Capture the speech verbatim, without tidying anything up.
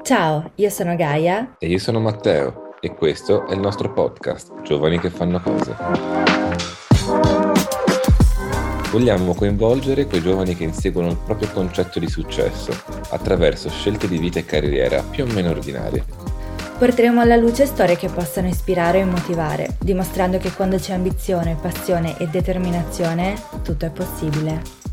Ciao, io sono Gaia. E io sono Matteo e questo è il nostro podcast, Giovani che fanno cose. Vogliamo coinvolgere quei giovani che inseguono il proprio concetto di successo attraverso scelte di vita e carriera più o meno ordinarie. Porteremo alla luce storie che possano ispirare e motivare, dimostrando che quando c'è ambizione, passione e determinazione, tutto è possibile.